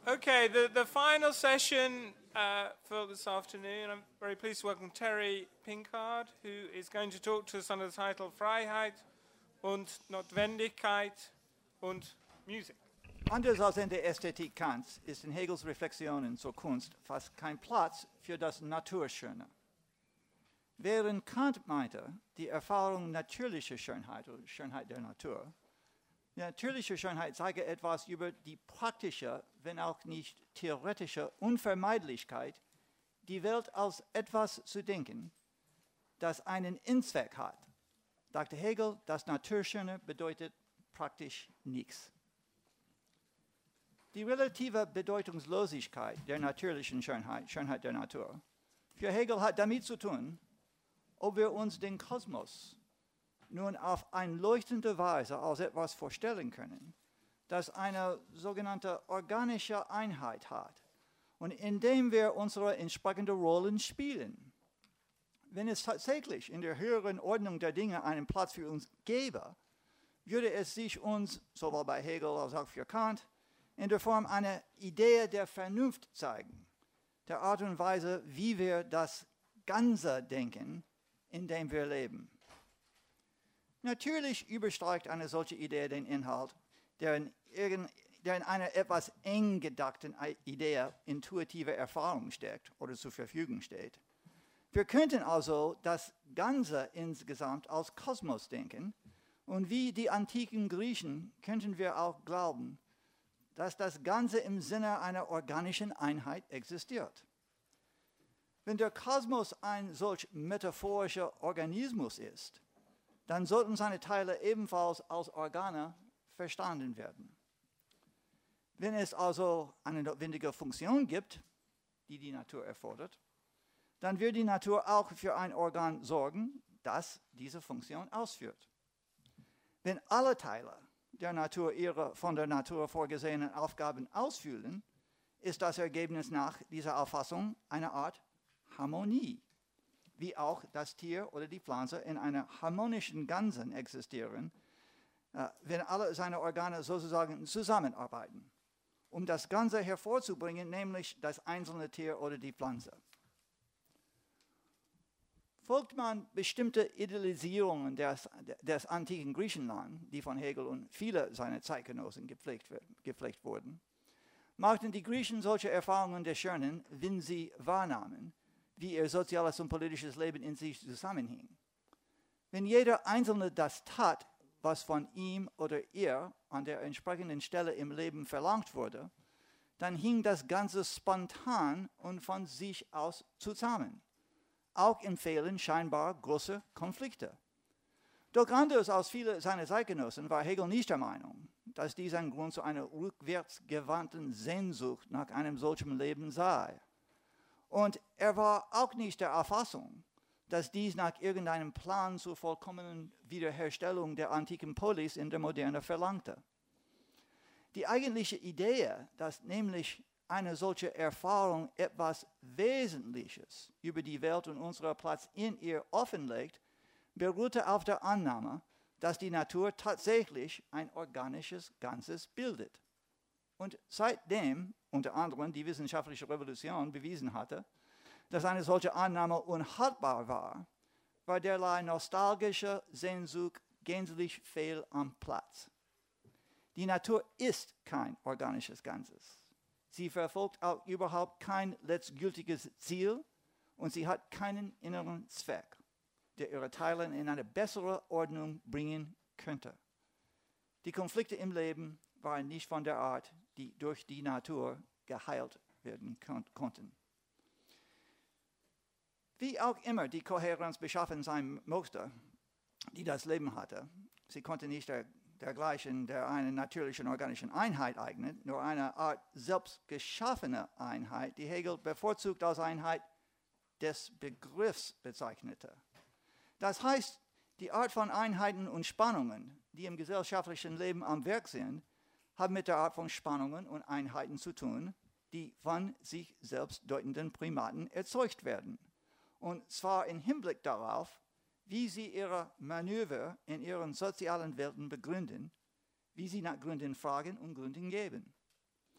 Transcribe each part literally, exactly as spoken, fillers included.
Okay, the, the final session uh, for this afternoon, I'm very pleased to welcome Terry Pinkard, who is going to talk to us under the title Freiheit und Notwendigkeit und Musik. Anders als in der Ästhetik Kants ist in Hegels Reflexionen zur Kunst fast kein Platz für das Naturschöne. Während Kant meinte, die Erfahrung natürlicher Schönheit oder Schönheit der Natur, die natürliche Schönheit zeige etwas über die praktische, wenn auch nicht theoretische Unvermeidlichkeit, die Welt als etwas zu denken, das einen Innenzweck hat. Dachte Hegel, das Naturschöne bedeutet praktisch nichts. Die relative Bedeutungslosigkeit der natürlichen Schönheit, Schönheit der Natur, für Hegel hat damit zu tun, ob wir uns den Kosmos nun auf eine leuchtende Weise als etwas vorstellen können, das eine sogenannte organische Einheit hat und indem wir unsere entsprechenden Rollen spielen. Wenn es tatsächlich in der höheren Ordnung der Dinge einen Platz für uns gäbe, würde es sich uns, sowohl bei Hegel als auch für Kant, in der Form einer Idee der Vernunft zeigen, der Art und Weise, wie wir das Ganze denken, in dem wir leben. Natürlich übersteigt eine solche Idee den Inhalt, der in, irgend, der in einer etwas eng gedachten Idee intuitiver Erfahrung steckt oder zur Verfügung steht. Wir könnten also das Ganze insgesamt als Kosmos denken und wie die antiken Griechen könnten wir auch glauben, dass das Ganze im Sinne einer organischen Einheit existiert. Wenn der Kosmos ein solch metaphorischer Organismus ist, dann sollten seine Teile ebenfalls als Organe verstanden werden. Wenn es also eine notwendige Funktion gibt, die die Natur erfordert, dann wird die Natur auch für ein Organ sorgen, das diese Funktion ausführt. Wenn alle Teile der Natur ihre von der Natur vorgesehenen Aufgaben ausfüllen, ist das Ergebnis nach dieser Auffassung eine Art Harmonie, wie auch das Tier oder die Pflanze in einem harmonischen Ganzen existieren, äh, wenn alle seine Organe sozusagen zusammenarbeiten, um das Ganze hervorzubringen, nämlich das einzelne Tier oder die Pflanze. Folgt man bestimmte Idealisierungen des, des antiken Griechenland, die von Hegel und vielen seiner Zeitgenossen gepflegt, gepflegt wurden, machten die Griechen solche Erfahrungen der Schönen, wenn sie wahrnahmen, wie ihr soziales und politisches Leben in sich zusammenhing. Wenn jeder Einzelne das tat, was von ihm oder ihr an der entsprechenden Stelle im Leben verlangt wurde, dann hing das Ganze spontan und von sich aus zusammen. Auch empfehlen scheinbar große Konflikte. Doch anders als viele seiner Zeitgenossen war Hegel nicht der Meinung, dass dies ein Grund zu einer rückwärtsgewandten Sehnsucht nach einem solchen Leben sei. Und er war auch nicht der Auffassung, dass dies nach irgendeinem Plan zur vollkommenen Wiederherstellung der antiken Polis in der Moderne verlangte. Die eigentliche Idee, dass nämlich eine solche Erfahrung etwas Wesentliches über die Welt und unseren Platz in ihr offenlegt, beruhte auf der Annahme, dass die Natur tatsächlich ein organisches Ganzes bildet. Und seitdem unter anderem die wissenschaftliche Revolution bewiesen hatte, dass eine solche Annahme unhaltbar war, war derlei nostalgische Sehnsucht gänzlich fehl am Platz. Die Natur ist kein organisches Ganzes. Sie verfolgt auch überhaupt kein letztgültiges Ziel und sie hat keinen inneren Zweck, der ihre Teile in eine bessere Ordnung bringen könnte. Die Konflikte im Leben waren nicht von der Art, die durch die Natur geheilt werden kon- konnten. Wie auch immer die Kohärenz beschaffen sein mochte, die das Leben hatte, sie konnte nicht der, dergleichen der einer natürlichen organischen Einheit eignen, nur eine Art selbstgeschaffene Einheit, die Hegel bevorzugt als Einheit des Begriffs bezeichnete. Das heißt, die Art von Einheiten und Spannungen, die im gesellschaftlichen Leben am Werk sind, haben mit der Art von Spannungen und Einheiten zu tun, die von sich selbst deutenden Primaten erzeugt werden. Und zwar im Hinblick darauf, wie sie ihre Manöver in ihren sozialen Welten begründen, wie sie nach Gründen fragen und Gründen geben.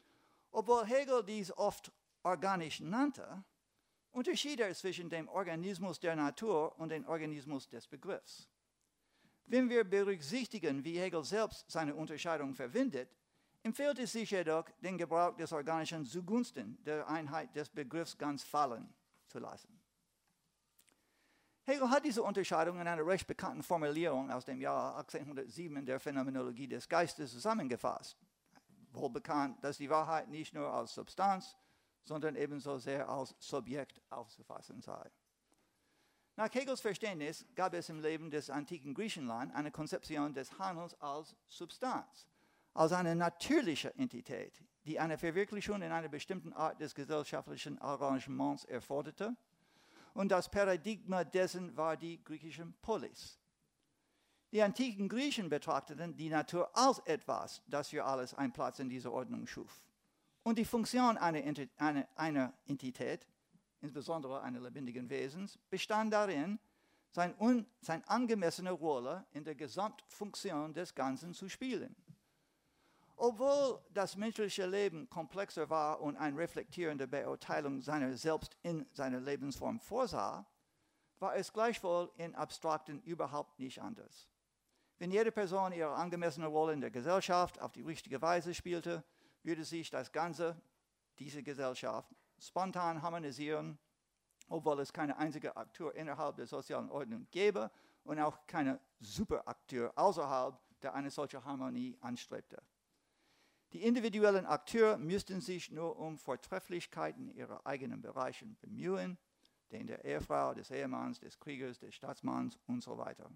Obwohl Hegel dies oft organisch nannte, unterschied er zwischen dem Organismus der Natur und dem Organismus des Begriffs. Wenn wir berücksichtigen, wie Hegel selbst seine Unterscheidung verwendet, empfiehlt es sich jedoch, den Gebrauch des Organischen zugunsten der Einheit des Begriffs ganz fallen zu lassen. Hegel hat diese Unterscheidung in einer recht bekannten Formulierung aus dem Jahr achtzehnhundertsieben in der Phänomenologie des Geistes zusammengefasst. Wohl bekannt, dass die Wahrheit nicht nur als Substanz, sondern ebenso sehr als Subjekt aufzufassen sei. Nach Hegels Verständnis gab es im Leben des antiken Griechenland eine Konzeption des Handelns als Substanz, als eine natürliche Entität, die eine Verwirklichung in einer bestimmten Art des gesellschaftlichen Arrangements erforderte. Und das Paradigma dessen war die griechische Polis. Die antiken Griechen betrachteten die Natur als etwas, das für alles einen Platz in dieser Ordnung schuf. Und die Funktion einer, einer, einer Entität, insbesondere eines lebendigen Wesens, bestand darin, sein, un, seine angemessene Rolle in der Gesamtfunktion des Ganzen zu spielen. Obwohl das menschliche Leben komplexer war und eine reflektierende Beurteilung seiner selbst in seiner Lebensform vorsah, war es gleichwohl in Abstrakten überhaupt nicht anders. Wenn jede Person ihre angemessene Rolle in der Gesellschaft auf die richtige Weise spielte, würde sich das Ganze, diese Gesellschaft, spontan harmonisieren, obwohl es keine einzige Akteur innerhalb der sozialen Ordnung gäbe und auch keine Superakteur außerhalb, der eine solche Harmonie anstrebte. Die individuellen Akteure müssten sich nur um Vortrefflichkeiten ihrer eigenen Bereiche bemühen, den der Ehefrau, des Ehemanns, des Kriegers, des Staatsmanns und so weiter.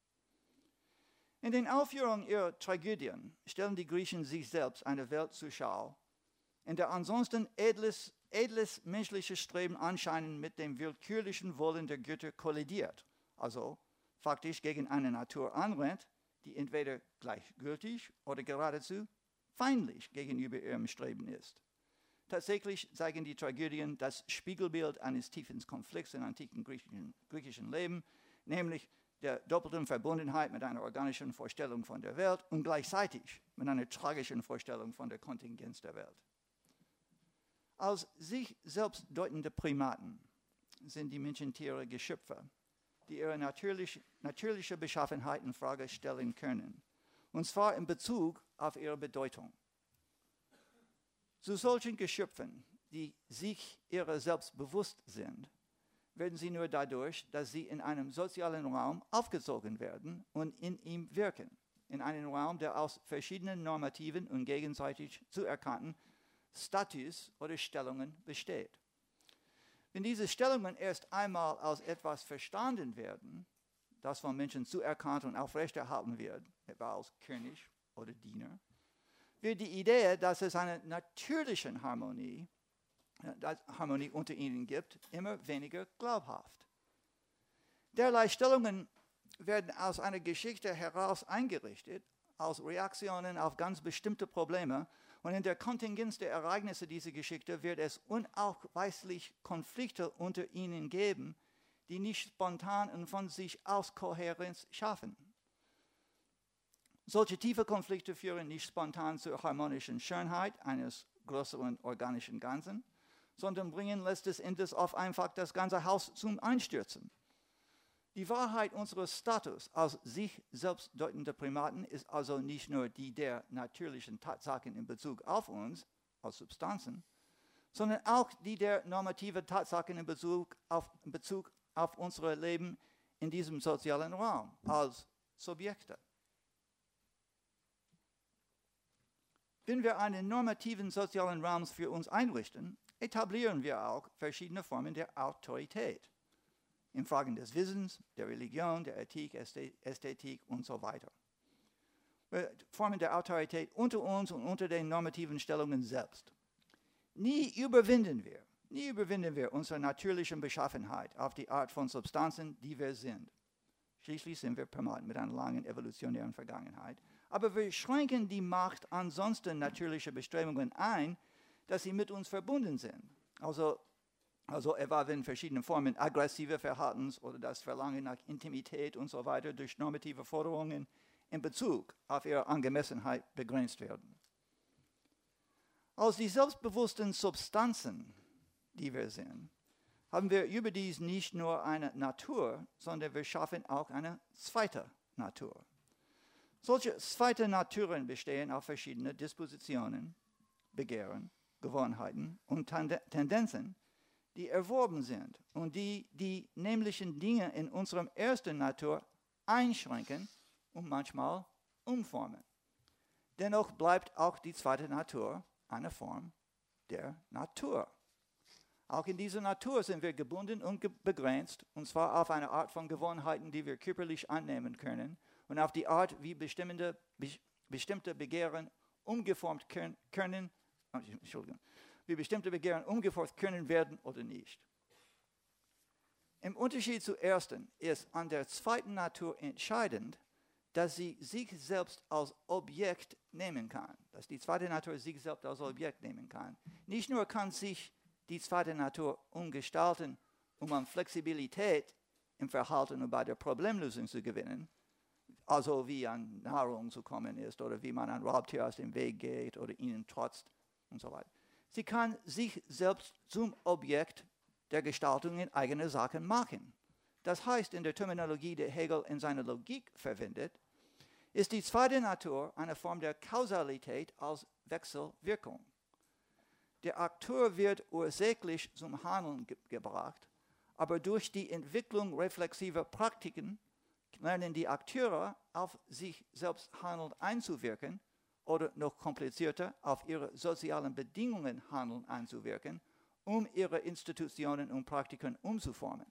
In den Aufführungen ihrer Tragödien stellen die Griechen sich selbst eine Welt zur Schau, in der ansonsten edles, edles menschliches Streben anscheinend mit dem willkürlichen Wollen der Götter kollidiert, also faktisch gegen eine Natur anrennt, die entweder gleichgültig oder geradezu feindlich gegenüber ihrem Streben ist. Tatsächlich zeigen die Tragödien das Spiegelbild eines tiefen Konflikts im antiken griechischen, griechischen Leben, nämlich der doppelten Verbundenheit mit einer organischen Vorstellung von der Welt und gleichzeitig mit einer tragischen Vorstellung von der Kontingenz der Welt. Als sich selbst deutende Primaten sind die Menschentiere Geschöpfe, die ihre natürlich, natürliche Beschaffenheit in Frage stellen können, und zwar in Bezug auf ihre Bedeutung. Zu solchen Geschöpfen, die sich ihrer selbst bewusst sind, werden sie nur dadurch, dass sie in einem sozialen Raum aufgezogen werden und in ihm wirken, in einem Raum, der aus verschiedenen normativen und gegenseitig zu erkannten Status oder Stellungen besteht. Wenn diese Stellungen erst einmal als etwas verstanden werden, das von Menschen zuerkannt und aufrechterhalten wird, etwa als König oder Diener, wird die Idee, dass es eine natürliche Harmonie, äh, Harmonie unter ihnen gibt, immer weniger glaubhaft. Derlei Stellungen werden aus einer Geschichte heraus eingerichtet, als Reaktionen auf ganz bestimmte Probleme, und in der Kontingenz der Ereignisse dieser Geschichte wird es unausweichlich Konflikte unter ihnen geben, die nicht spontan und von sich aus Kohärenz schaffen. Solche tiefe Konflikte führen nicht spontan zur harmonischen Schönheit eines größeren organischen Ganzen, sondern bringen letztes Endes oft einfach das ganze Haus zum Einstürzen. Die Wahrheit unseres Status als sich selbst deutende Primaten ist also nicht nur die der natürlichen Tatsachen in Bezug auf uns als Substanzen, sondern auch die der normativen Tatsachen in Bezug auf, in Bezug auf unser Leben in diesem sozialen Raum als Subjekte. Wenn wir einen normativen sozialen Raum für uns einrichten, etablieren wir auch verschiedene Formen der Autorität in Fragen des Wissens, der Religion, der Ethik, Ästhetik und so weiter. Formen der Autorität unter uns und unter den normativen Stellungen selbst. Nie überwinden wir, nie überwinden wir unsere natürliche Beschaffenheit auf die Art von Substanzen, die wir sind. Schließlich sind wir Primaten mit einer langen evolutionären Vergangenheit. Aber wir schränken die Macht ansonsten natürlicher Bestrebungen ein, dass sie mit uns verbunden sind. Also, also etwa wenn verschiedene Formen aggressiver Verhaltens oder das Verlangen nach Intimität und so weiter durch normative Forderungen in Bezug auf ihre Angemessenheit begrenzt werden. Aus die selbstbewussten Substanzen, die wir sehen, haben wir überdies nicht nur eine Natur, sondern wir schaffen auch eine zweite Natur. Solche zweite Naturen bestehen auf verschiedene Dispositionen, Begehren, Gewohnheiten und Tende- Tendenzen, die erworben sind und die die nämlichen Dinge in unserer ersten Natur einschränken und manchmal umformen. Dennoch bleibt auch die zweite Natur eine Form der Natur. Auch in dieser Natur sind wir gebunden und ge- begrenzt, und zwar auf eine Art von Gewohnheiten, die wir körperlich annehmen können, und auf die Art, wie bestimmte, be- bestimmte Begehren umgeformt können, können oh, Entschuldigung, wie bestimmte Begehren umgeformt können werden oder nicht. Im Unterschied zur ersten ist an der zweiten Natur entscheidend, dass sie sich selbst als Objekt nehmen kann, dass die zweite Natur sich selbst als Objekt nehmen kann. Nicht nur kann sich die zweite Natur umgestalten, um an Flexibilität im Verhalten und bei der Problemlösung zu gewinnen, also wie an Nahrung zu kommen ist oder wie man an Raubtier aus dem Weg geht oder ihnen trotzt und so weiter. Sie kann sich selbst zum Objekt der Gestaltung in eigene Sachen machen. Das heißt, in der Terminologie, die Hegel in seiner Logik verwendet, ist die zweite Natur eine Form der Kausalität als Wechselwirkung. Der Akteur wird ursächlich zum Handeln ge- gebracht, aber durch die Entwicklung reflexiver Praktiken lernen die Akteure auf sich selbst handelnd einzuwirken oder noch komplizierter auf ihre sozialen Bedingungen handelnd einzuwirken, um ihre Institutionen und Praktiken umzuformen.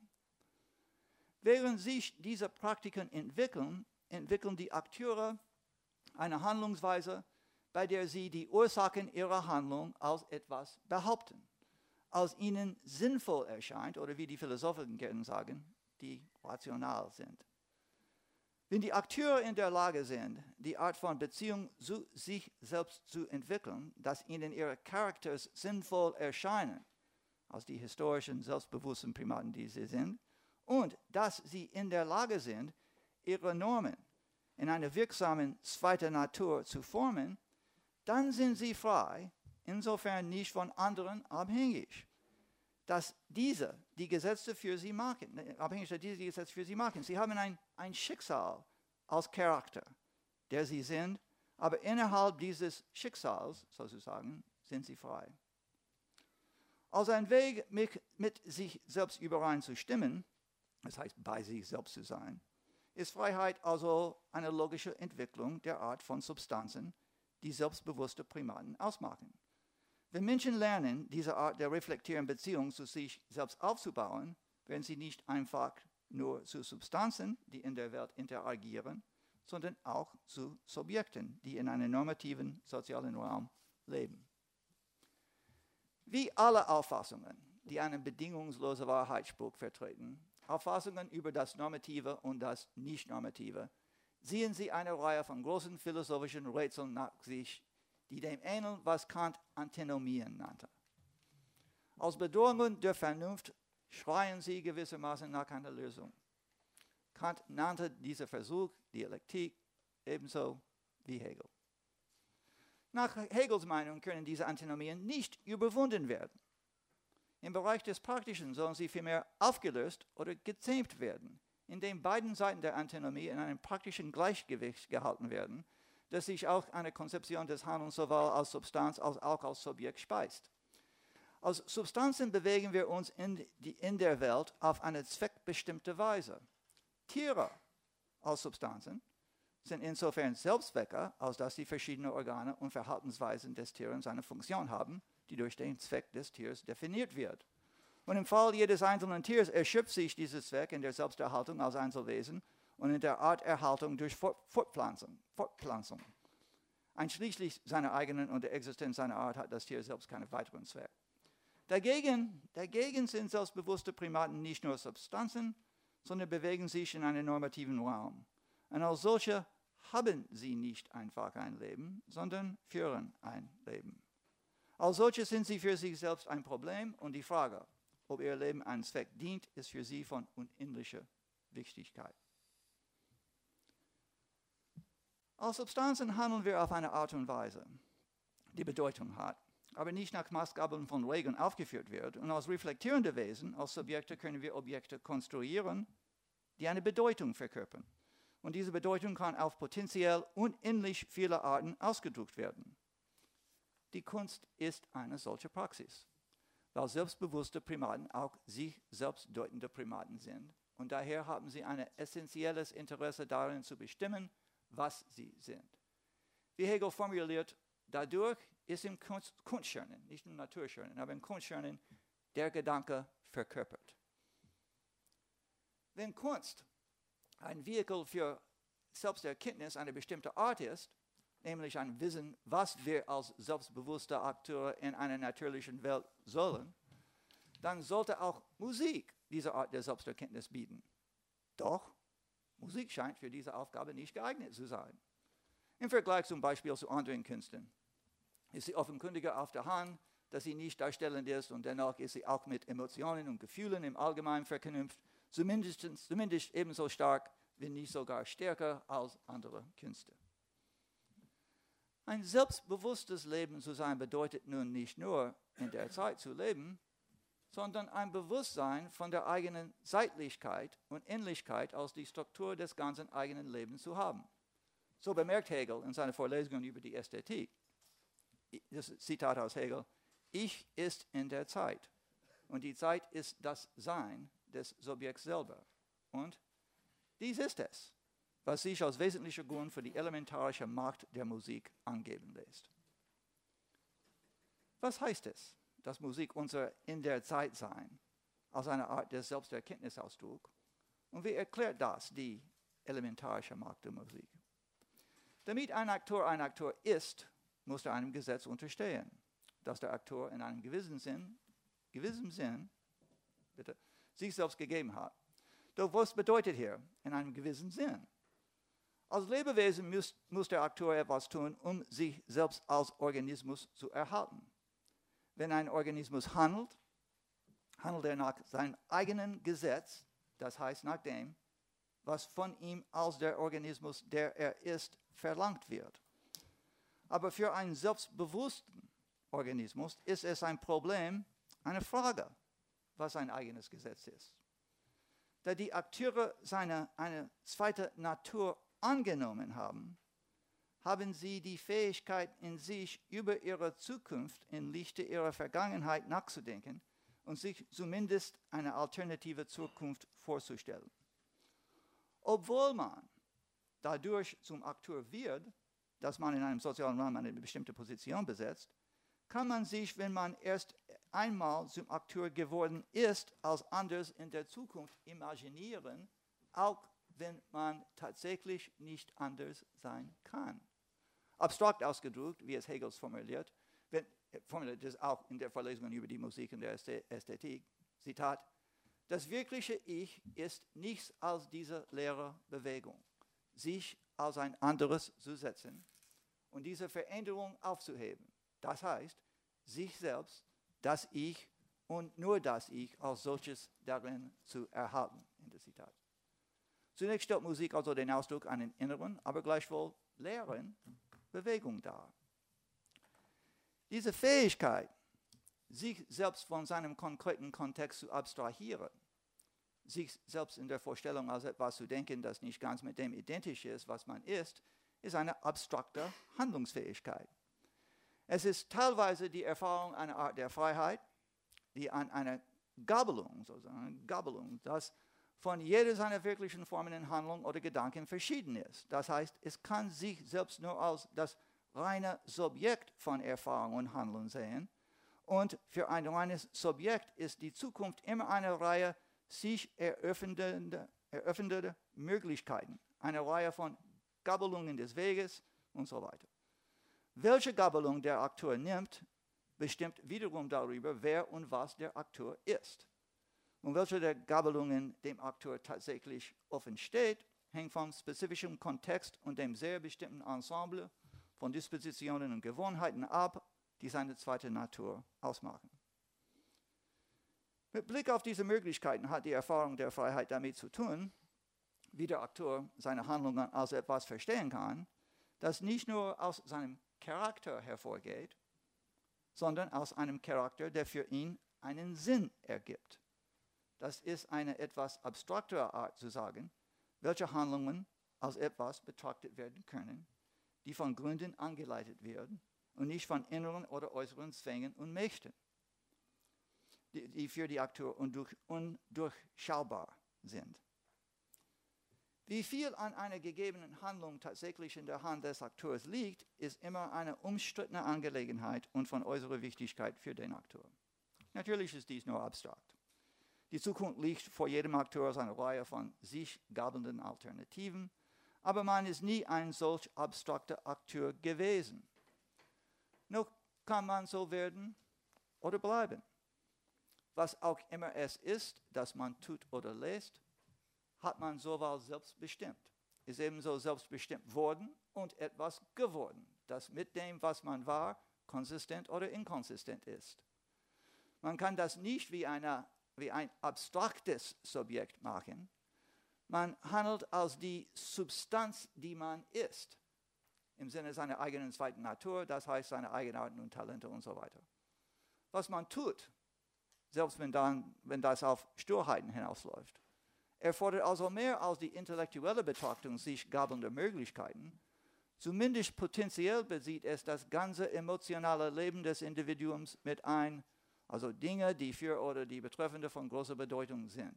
Während sich diese Praktiken entwickeln, entwickeln die Akteure eine Handlungsweise, bei der sie die Ursachen ihrer Handlung als etwas behaupten, als ihnen sinnvoll erscheint oder wie die Philosophen gerne sagen, die rational sind. Wenn die Akteure in der Lage sind, die Art von Beziehung zu sich selbst zu entwickeln, dass ihnen ihre Charakters sinnvoll erscheinen, als die historischen, selbstbewussten Primaten, die sie sind, und dass sie in der Lage sind, ihre Normen in einer wirksamen zweiten Natur zu formen, dann sind sie frei, insofern nicht von anderen abhängig, dass diese die Gesetze für sie machen, abhängig, dass diese die Gesetze für sie machen. Sie haben ein, ein Schicksal als Charakter, der sie sind, aber innerhalb dieses Schicksals, sozusagen, sind sie frei. Als ein Weg, mit, mit sich selbst übereinzustimmen, das heißt, bei sich selbst zu sein, ist Freiheit also eine logische Entwicklung der Art von Substanzen, die selbstbewusste Primaten ausmachen. Wenn Menschen lernen, diese Art der reflektierenden Beziehung zu sich selbst aufzubauen, werden sie nicht einfach nur zu Substanzen, die in der Welt interagieren, sondern auch zu Subjekten, die in einem normativen sozialen Raum leben. Wie alle Auffassungen, die einen bedingungslosen Wahrheitsspruch vertreten, Auffassungen über das Normative und das Nicht-Normative, ziehen sie eine Reihe von großen philosophischen Rätseln nach sich, die dem ähneln, was Kant Antinomien nannte. Als Bedrohungen der Vernunft schreien sie gewissermaßen nach einer Lösung. Kant nannte diesen Versuch Dialektik ebenso wie Hegel. Nach Hegels Meinung können diese Antinomien nicht überwunden werden. Im Bereich des Praktischen sollen sie vielmehr aufgelöst oder gezähmt werden, indem beiden Seiten der Antinomie in einem praktischen Gleichgewicht gehalten werden, das sich auch eine Konzeption des Handelns sowohl als Substanz als auch als Subjekt speist. Als Substanzen bewegen wir uns in, die, in der Welt auf eine zweckbestimmte Weise. Tiere als Substanzen sind insofern Selbstzwecke, als dass die verschiedenen Organe und Verhaltensweisen des Tieres eine Funktion haben, die durch den Zweck des Tieres definiert wird. Und im Fall jedes einzelnen Tieres erschöpft sich dieser Zweck in der Selbsterhaltung als Einzelwesen und in der Arterhaltung durch Fortpflanzung. Fortpflanzung. Einschließlich seiner eigenen und der Existenz seiner Art hat das Tier selbst keinen weiteren Zweck. Dagegen, dagegen sind selbstbewusste Primaten nicht nur Substanzen, sondern bewegen sich in einem normativen Raum. Und als solche haben sie nicht einfach ein Leben, sondern führen ein Leben. Als solche sind sie für sich selbst ein Problem und die Frage, ob ihr Leben einem Zweck dient, ist für sie von unendlicher Wichtigkeit. Als Substanzen handeln wir auf eine Art und Weise, die Bedeutung hat, aber nicht nach Maßgaben von Regeln aufgeführt wird. Und als reflektierende Wesen, als Subjekte können wir Objekte konstruieren, die eine Bedeutung verkörpern. Und diese Bedeutung kann auf potenziell unendlich viele Arten ausgedrückt werden. Die Kunst ist eine solche Praxis, weil selbstbewusste Primaten auch sich selbst deutende Primaten sind. Und daher haben sie ein essentielles Interesse darin zu bestimmen, was sie sind. Wie Hegel formuliert, dadurch ist im Kunst, Kunstschönen, nicht im Naturschönen, aber im Kunstschönen der Gedanke verkörpert. Wenn Kunst ein Vehikel für Selbsterkenntnis einer bestimmten Art ist, nämlich ein Wissen, was wir als selbstbewusste Akteure in einer natürlichen Welt sollen, dann sollte auch Musik diese Art der Selbsterkenntnis bieten. Doch Musik scheint für diese Aufgabe nicht geeignet zu sein. Im Vergleich zum Beispiel zu anderen Künsten ist sie offenkundiger auf der Hand, dass sie nicht darstellend ist und dennoch ist sie auch mit Emotionen und Gefühlen im Allgemeinen verknüpft, zumindest, zumindest ebenso stark, wenn nicht sogar stärker als andere Künste. Ein selbstbewusstes Leben zu sein bedeutet nun nicht nur in der Zeit zu leben, sondern ein Bewusstsein von der eigenen Zeitlichkeit und Endlichkeit als die Struktur des ganzen eigenen Lebens zu haben. So bemerkt Hegel in seiner Vorlesung über die Ästhetik, das Zitat aus Hegel, Ich ist in der Zeit und die Zeit ist das Sein des Subjekts selber. Und dies ist es, was sich als wesentlicher Grund für die elementarische Macht der Musik angeben lässt. Was heißt es, dass Musik unser in der Zeit sein als eine Art des Selbsterkenntnisausdruck? Und wie erklärt das die elementarische Macht der Musik? Damit ein Akteur ein Akteur ist, muss er einem Gesetz unterstehen, dass der Akteur in einem gewissen Sinn, gewissem Sinn bitte, sich selbst gegeben hat. Doch was bedeutet hier in einem gewissen Sinn? Als Lebewesen muss, muss der Akteur etwas tun, um sich selbst als Organismus zu erhalten. Wenn ein Organismus handelt, handelt er nach seinem eigenen Gesetz, das heißt nach dem, was von ihm als der Organismus, der er ist, verlangt wird. Aber für einen selbstbewussten Organismus ist es ein Problem, eine Frage, was sein eigenes Gesetz ist. Da die Akteure seine, eine zweite Natur angenommen haben, haben sie die Fähigkeit in sich, über ihre Zukunft im Lichte ihrer Vergangenheit nachzudenken und sich zumindest eine alternative Zukunft vorzustellen. Obwohl man dadurch zum Akteur wird, dass man in einem sozialen Rahmen eine bestimmte Position besetzt, kann man sich, wenn man erst einmal zum Akteur geworden ist, als anders in der Zukunft imaginieren, auch wenn man tatsächlich nicht anders sein kann. Abstrakt ausgedrückt, wie es Hegel formuliert, wenn, formuliert es auch in der Vorlesung über die Musik und der Ästhetik, Zitat, das wirkliche Ich ist nichts als diese leere Bewegung, sich als ein anderes zu setzen und diese Veränderung aufzuheben. Das heißt, sich selbst, das Ich und nur das Ich als solches darin zu erhalten. Ende Zitat. Zunächst stellt Musik also den Ausdruck einer inneren, aber gleichwohl leeren Bewegung dar. Diese Fähigkeit, sich selbst von seinem konkreten Kontext zu abstrahieren, sich selbst in der Vorstellung als etwas zu denken, das nicht ganz mit dem identisch ist, was man ist, ist eine abstrakte Handlungsfähigkeit. Es ist teilweise die Erfahrung einer Art der Freiheit, die an einer Gabelung, sozusagen eine Gabelung, das von jeder seiner wirklichen Formen in Handlung oder Gedanken verschieden ist. Das heißt, es kann sich selbst nur als das reine Subjekt von Erfahrung und Handeln sehen. Und für ein reines Subjekt ist die Zukunft immer eine Reihe sich eröffnender, eröffnender Möglichkeiten, eine Reihe von Gabelungen des Weges und so weiter. Welche Gabelung der Akteur nimmt, bestimmt wiederum darüber, wer und was der Akteur ist. Und welche der Gabelungen dem Akteur tatsächlich offen steht, hängt vom spezifischen Kontext und dem sehr bestimmten Ensemble von Dispositionen und Gewohnheiten ab, die seine zweite Natur ausmachen. Mit Blick auf diese Möglichkeiten hat die Erfahrung der Freiheit damit zu tun, wie der Akteur seine Handlungen als etwas verstehen kann, das nicht nur aus seinem Charakter hervorgeht, sondern aus einem Charakter, der für ihn einen Sinn ergibt. Das ist eine etwas abstraktere Art zu sagen, welche Handlungen als etwas betrachtet werden können, die von Gründen angeleitet werden und nicht von inneren oder äußeren Zwängen und Mächten, die, die für die Akteure undurch, undurchschaubar sind. Wie viel an einer gegebenen Handlung tatsächlich in der Hand des Akteurs liegt, ist immer eine umstrittene Angelegenheit und von äußerer Wichtigkeit für den Akteur. Natürlich ist dies nur abstrakt. Die Zukunft liegt vor jedem Akteur als eine Reihe von sich gabelnden Alternativen, aber man ist nie ein solch abstrakter Akteur gewesen. Noch kann man so werden oder bleiben. Was auch immer es ist, das man tut oder lässt, hat man sowohl selbst bestimmt, ist ebenso selbstbestimmt worden und etwas geworden, das mit dem, was man war, konsistent oder inkonsistent ist. Man kann das nicht wie, eine, wie ein abstraktes Subjekt machen. Man handelt als die Substanz, die man ist, im Sinne seiner eigenen zweiten Natur, das heißt seine Eigenarten und Talente und so weiter. Was man tut, selbst wenn, dann, wenn das auf Sturheiten hinausläuft, erfordert also mehr als die intellektuelle Betrachtung sich gabelnder Möglichkeiten. Zumindest potenziell bezieht es das ganze emotionale Leben des Individuums mit ein, also Dinge, die für oder die Betreffende von großer Bedeutung sind.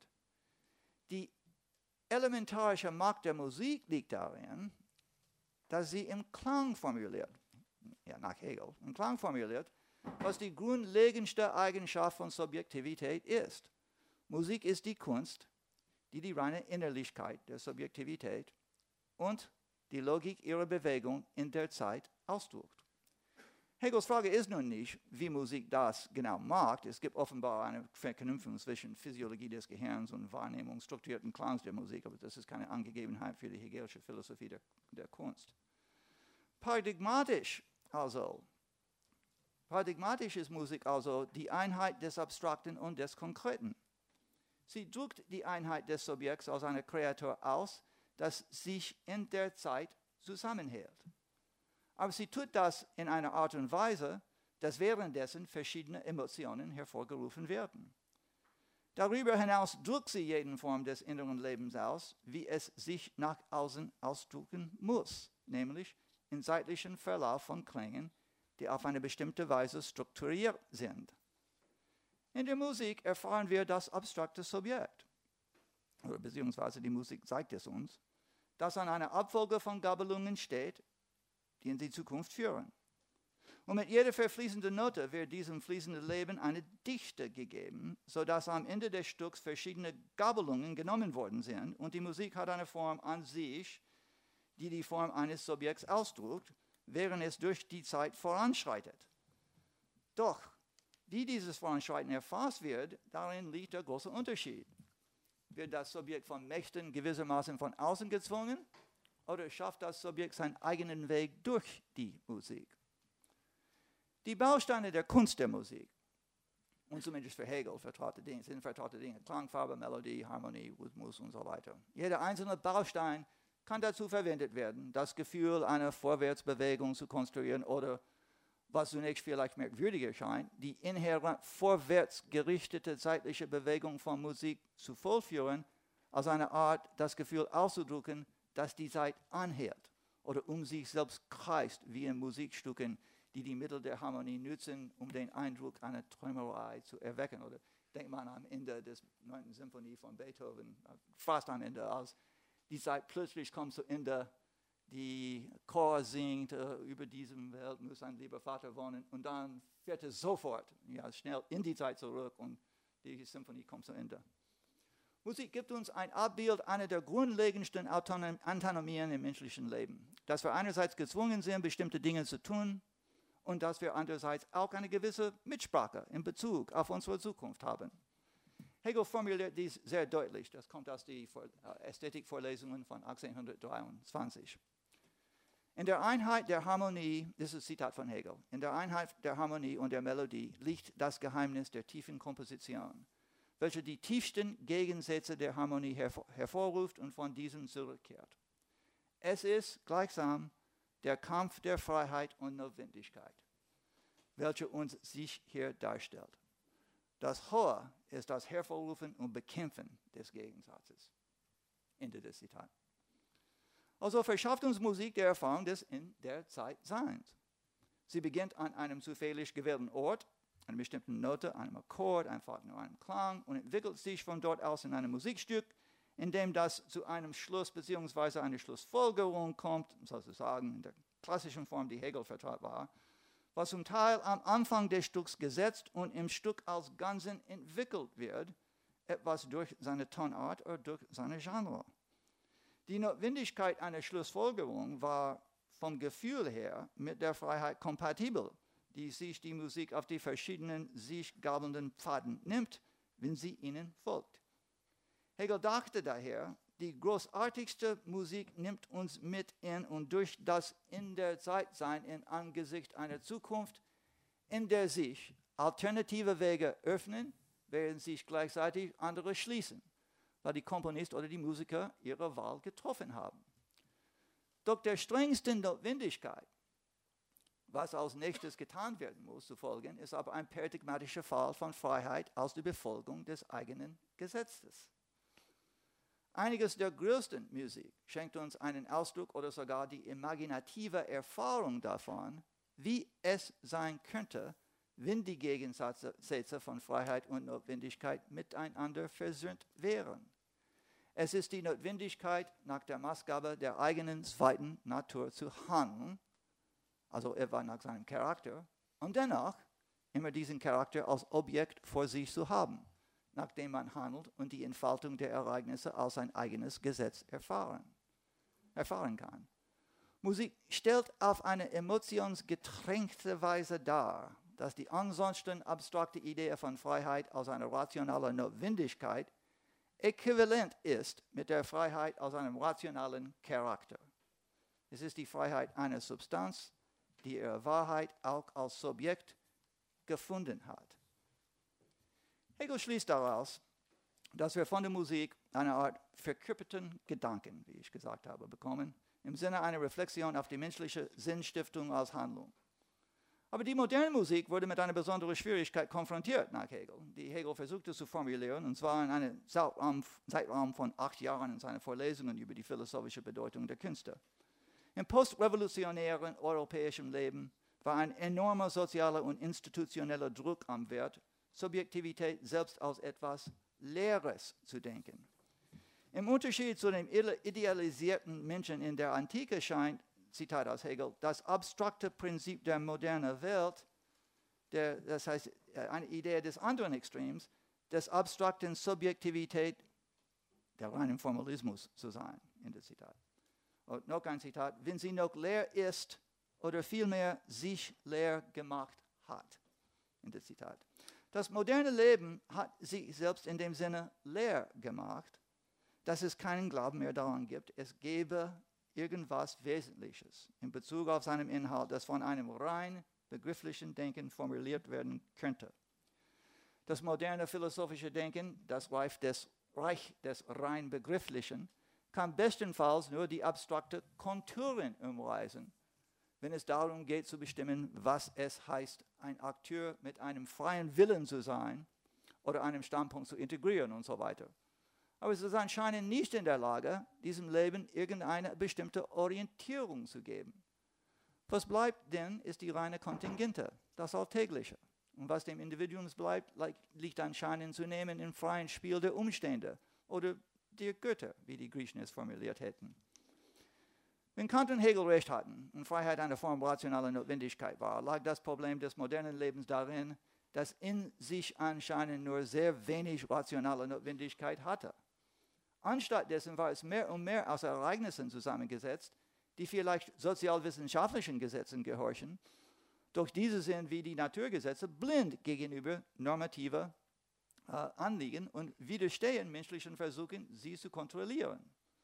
Die elementarische Macht der Musik liegt darin, dass sie im Klang formuliert, ja, nach Hegel, im Klang formuliert, was die grundlegendste Eigenschaft von Subjektivität ist. Musik ist die Kunst, die die reine Innerlichkeit der Subjektivität und die Logik ihrer Bewegung in der Zeit ausdrückt. Hegels Frage ist nun nicht, wie Musik das genau macht. Es gibt offenbar eine Verknüpfung zwischen Physiologie des Gehirns und Wahrnehmung strukturierten Klangs der Musik, aber das ist keine Angegebenheit für die hegelische Philosophie der, der Kunst. Paradigmatisch also, paradigmatisch ist Musik also die Einheit des Abstrakten und des Konkreten. Sie drückt die Einheit des Subjekts als einer Kreatur aus, das sich in der Zeit zusammenhält. Aber sie tut das in einer Art und Weise, dass währenddessen verschiedene Emotionen hervorgerufen werden. Darüber hinaus drückt sie jede Form des inneren Lebens aus, wie es sich nach außen ausdrücken muss, nämlich in zeitlichen Verlauf von Klängen, die auf eine bestimmte Weise strukturiert sind. In der Musik erfahren wir das abstrakte Subjekt, oder beziehungsweise die Musik zeigt es uns, das an einer Abfolge von Gabelungen steht, die in die Zukunft führen. Und mit jeder verfließenden Note wird diesem fließenden Leben eine Dichte gegeben, sodass am Ende des Stücks verschiedene Gabelungen genommen worden sind und die Musik hat eine Form an sich, die die Form eines Subjekts ausdrückt, während es durch die Zeit voranschreitet. Doch, wie dieses Voranschreiten erfasst wird, darin liegt der große Unterschied. Wird das Subjekt von Mächten gewissermaßen von außen gezwungen oder schafft das Subjekt seinen eigenen Weg durch die Musik? Die Bausteine der Kunst der Musik, und zumindest für Hegel vertraute Dinge, sind vertraute Dinge, Klangfarbe, Melodie, Harmonie, Rhythmus und so weiter. Jeder einzelne Baustein kann dazu verwendet werden, das Gefühl einer Vorwärtsbewegung zu konstruieren oder, was zunächst vielleicht merkwürdiger scheint, die inhärent vorwärts gerichtete zeitliche Bewegung von Musik zu vollführen, als eine Art, das Gefühl auszudrücken, dass die Zeit anhält oder um sich selbst kreist, wie in Musikstücken, die die Mittel der Harmonie nutzen, um den Eindruck einer Träumerei zu erwecken. Oder denkt man am Ende des neunten Symphonie von Beethoven, fast am Ende, als die Zeit plötzlich kommt zu Ende, die Chor singt, äh, über diesem Welt muss ein lieber Vater wohnen und dann fährt es sofort ja, schnell in die Zeit zurück und die Symphonie kommt zu Ende. Musik gibt uns ein Abbild einer der grundlegendsten Autonom- Antinomien im menschlichen Leben, dass wir einerseits gezwungen sind, bestimmte Dinge zu tun und dass wir andererseits auch eine gewisse Mitsprache in Bezug auf unsere Zukunft haben. Hegel formuliert dies sehr deutlich, das kommt aus den Ästhetikvorlesungen von achtzehnhundertdreiundzwanzig. In der Einheit der Harmonie, das ist ein Zitat von Hegel, in der Einheit der Harmonie und der Melodie liegt das Geheimnis der tiefen Komposition, welche die tiefsten Gegensätze der Harmonie hervor, hervorruft und von diesen zurückkehrt. Es ist gleichsam der Kampf der Freiheit und Notwendigkeit. welche uns sich hier darstellt. Das Hohe ist das Hervorrufen und Bekämpfen des Gegensatzes. Ende des Zitats. Also verschafft uns Musik die Erfahrung des in der Zeit Seins. Sie beginnt an einem zufällig gewählten Ort, einer bestimmten Note, einem Akkord, einfach nur einem Klang und entwickelt sich von dort aus in einem Musikstück, in dem das zu einem Schluss bzw. einer Schlussfolgerung kommt, sozusagen in der klassischen Form, die Hegel vertrat war, was zum Teil am Anfang des Stücks gesetzt und im Stück als Ganzen entwickelt wird, etwas durch seine Tonart oder durch seine Genre. Die Notwendigkeit einer Schlussfolgerung war vom Gefühl her mit der Freiheit kompatibel, die sich die Musik auf die verschiedenen sich gabelnden Pfaden nimmt, wenn sie ihnen folgt. Hegel dachte daher, die großartigste Musik nimmt uns mit in und durch das in der Zeit sein in Angesicht einer Zukunft, in der sich alternative Wege öffnen, während sich gleichzeitig andere schließen, weil die Komponist oder die Musiker ihre Wahl getroffen haben. Doch der strengsten Notwendigkeit, was als nächstes getan werden muss, zu folgen, ist aber ein paradigmatischer Fall von Freiheit aus der Befolgung des eigenen Gesetzes. Einiges der größten Musik schenkt uns einen Ausdruck oder sogar die imaginative Erfahrung davon, wie es sein könnte, wenn die Gegensätze von Freiheit und Notwendigkeit miteinander versöhnt wären. Es ist die Notwendigkeit, nach der Maßgabe der eigenen zweiten Natur zu handeln, also etwa nach seinem Charakter, und dennoch immer diesen Charakter als Objekt vor sich zu haben, nachdem man handelt und die Entfaltung der Ereignisse als ein eigenes Gesetz erfahren, erfahren kann. Musik stellt auf eine emotionsgetränkte Weise dar, dass die ansonsten abstrakte Idee von Freiheit als eine rationale Notwendigkeit äquivalent ist mit der Freiheit aus einem rationalen Charakter. Es ist die Freiheit einer Substanz, die ihre Wahrheit auch als Subjekt gefunden hat. Hegel schließt daraus, dass wir von der Musik eine Art verkörperten Gedanken, wie ich gesagt habe, bekommen, im Sinne einer Reflexion auf die menschliche Sinnstiftung als Handlung. Aber die moderne Musik wurde mit einer besonderen Schwierigkeit konfrontiert nach Hegel, die Hegel versuchte zu formulieren, und zwar in einem Zeitraum, Zeitraum von acht Jahren in seinen Vorlesungen über die philosophische Bedeutung der Künste. Im postrevolutionären europäischen Leben war ein enormer sozialer und institutioneller Druck am Werk, Subjektivität selbst als etwas Leeres zu denken. Im Unterschied zu dem idealisierten Menschen in der Antike scheint, Zitat aus Hegel, das abstrakte Prinzip der modernen Welt, der, das heißt eine Idee des anderen Extrems, des abstrakten Subjektivität, der reinen Formalismus zu sein, Ende Zitat. Und noch ein Zitat, wenn sie noch leer ist oder vielmehr sich leer gemacht hat, Ende Zitat. Das moderne Leben hat sich selbst in dem Sinne leer gemacht, dass es keinen Glauben mehr daran gibt, es gäbe irgendwas Wesentliches in Bezug auf seinen Inhalt, das von einem rein begrifflichen Denken formuliert werden könnte. Das moderne philosophische Denken, das Reich des, Reich des rein Begrifflichen, kann bestenfalls nur die abstrakte Konturen umreißen, wenn es darum geht zu bestimmen, was es heißt, ein Akteur mit einem freien Willen zu sein oder einem Standpunkt zu integrieren und so weiter. Aber es ist anscheinend nicht in der Lage, diesem Leben irgendeine bestimmte Orientierung zu geben. Was bleibt denn, ist die reine Kontingente, das Alltägliche. Und was dem Individuum bleibt, liegt anscheinend zunehmend im freien Spiel der Umstände oder der Götter, wie die Griechen es formuliert hätten. Wenn Kant und Hegel recht hatten und Freiheit eine Form rationaler Notwendigkeit war, lag das Problem des modernen Lebens darin, dass in sich anscheinend nur sehr wenig rationale Notwendigkeit hatte. Anstatt dessen war es mehr und mehr aus Ereignissen zusammengesetzt, die vielleicht sozialwissenschaftlichen Gesetzen gehorchen, doch diese sind wie die Naturgesetze blind gegenüber normativer äh, Anliegen und widerstehen menschlichen Versuchen, sie zu kontrollieren.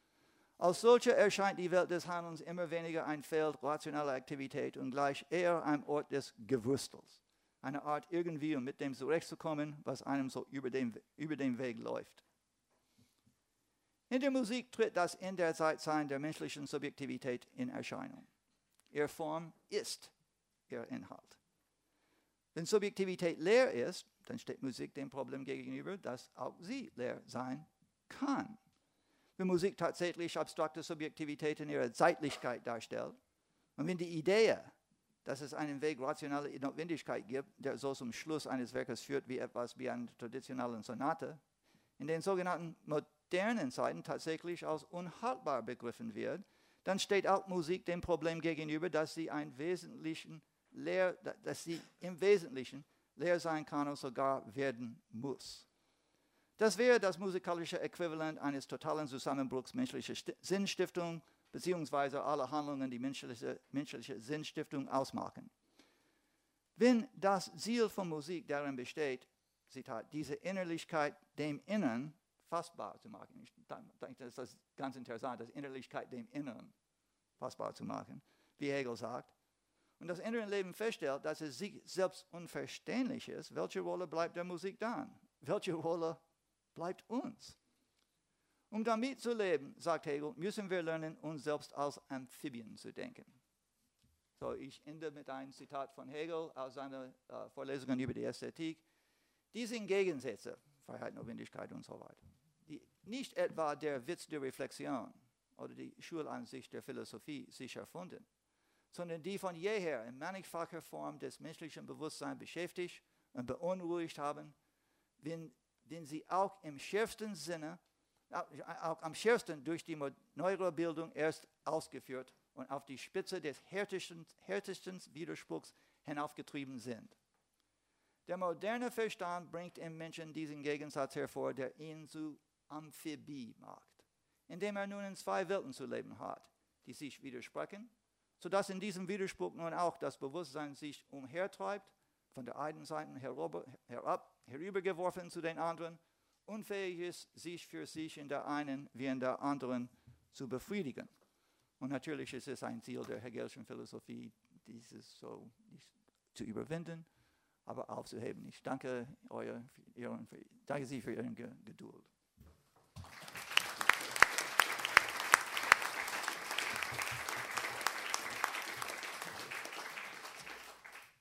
Als solche erscheint die Welt des Handelns immer weniger ein Feld rationaler Aktivität und gleich eher ein Ort des Gewürstels. Eine Art irgendwie, um mit dem zurechtzukommen, was einem so über den, über den Weg läuft. In der Musik tritt das in der Zeitsein der menschlichen Subjektivität in Erscheinung. Ihre Form ist ihr Inhalt. Wenn Subjektivität leer ist, dann steht Musik dem Problem gegenüber, dass auch sie leer sein kann. Wenn Musik tatsächlich abstrakte Subjektivität in ihrer Zeitlichkeit darstellt und wenn die Idee, dass es einen Weg rationaler Notwendigkeit gibt, der so zum Schluss eines Werkes führt wie etwas wie eine traditionelle Sonate, in den sogenannten modernen Zeiten tatsächlich als unhaltbar begriffen wird, dann steht auch Musik dem Problem gegenüber, dass sie, einen wesentlichen leer, dass sie im Wesentlichen leer sein kann und sogar werden muss. Das wäre das musikalische Äquivalent eines totalen Zusammenbruchs menschlicher St- Sinnstiftung beziehungsweise aller Handlungen, die menschliche, menschliche Sinnstiftung ausmachen. Wenn das Ziel von Musik darin besteht, Zitat, diese Innerlichkeit dem Innern fassbar zu machen. Ich denke, das ist ganz interessant, das Innerlichkeit dem Innern fassbar zu machen, wie Hegel sagt. Und das innere Leben feststellt, dass es sich selbst unverständlich ist, welche Rolle bleibt der Musik dann? Welche Rolle bleibt uns? Um damit zu leben, sagt Hegel, müssen wir lernen, uns selbst als Amphibien zu denken. So, ich ende mit einem Zitat von Hegel aus seiner äh, Vorlesungen über die Ästhetik. Die sind Gegensätze, Freiheit, Notwendigkeit und so weiter, die nicht etwa der Witz der Reflexion oder die Schulansicht der Philosophie sich erfunden, sondern die von jeher in mannigfacher Form des menschlichen Bewusstseins beschäftigt und beunruhigt haben, wenn, wenn sie auch im schärfsten Sinne, auch am schärfsten durch die Neurobildung erst ausgeführt und auf die Spitze des härtesten, härtesten Widerspruchs hinaufgetrieben sind. Der moderne Verstand bringt im Menschen diesen Gegensatz hervor, der ihn zu Amphibie macht, indem er nun in zwei Welten zu leben hat, die sich widersprechen, sodass in diesem Widerspruch nun auch das Bewusstsein sich umhertreibt, von der einen Seite herüber, herab, herübergeworfen zu den anderen, unfähig ist, sich für sich in der einen wie in der anderen zu befriedigen. Und natürlich ist es ein Ziel der hegelischen Philosophie, dieses so nicht zu überwinden, aber aufzuheben. Ich danke, euer, für Ihren, für, danke Sie für Ihre Geduld.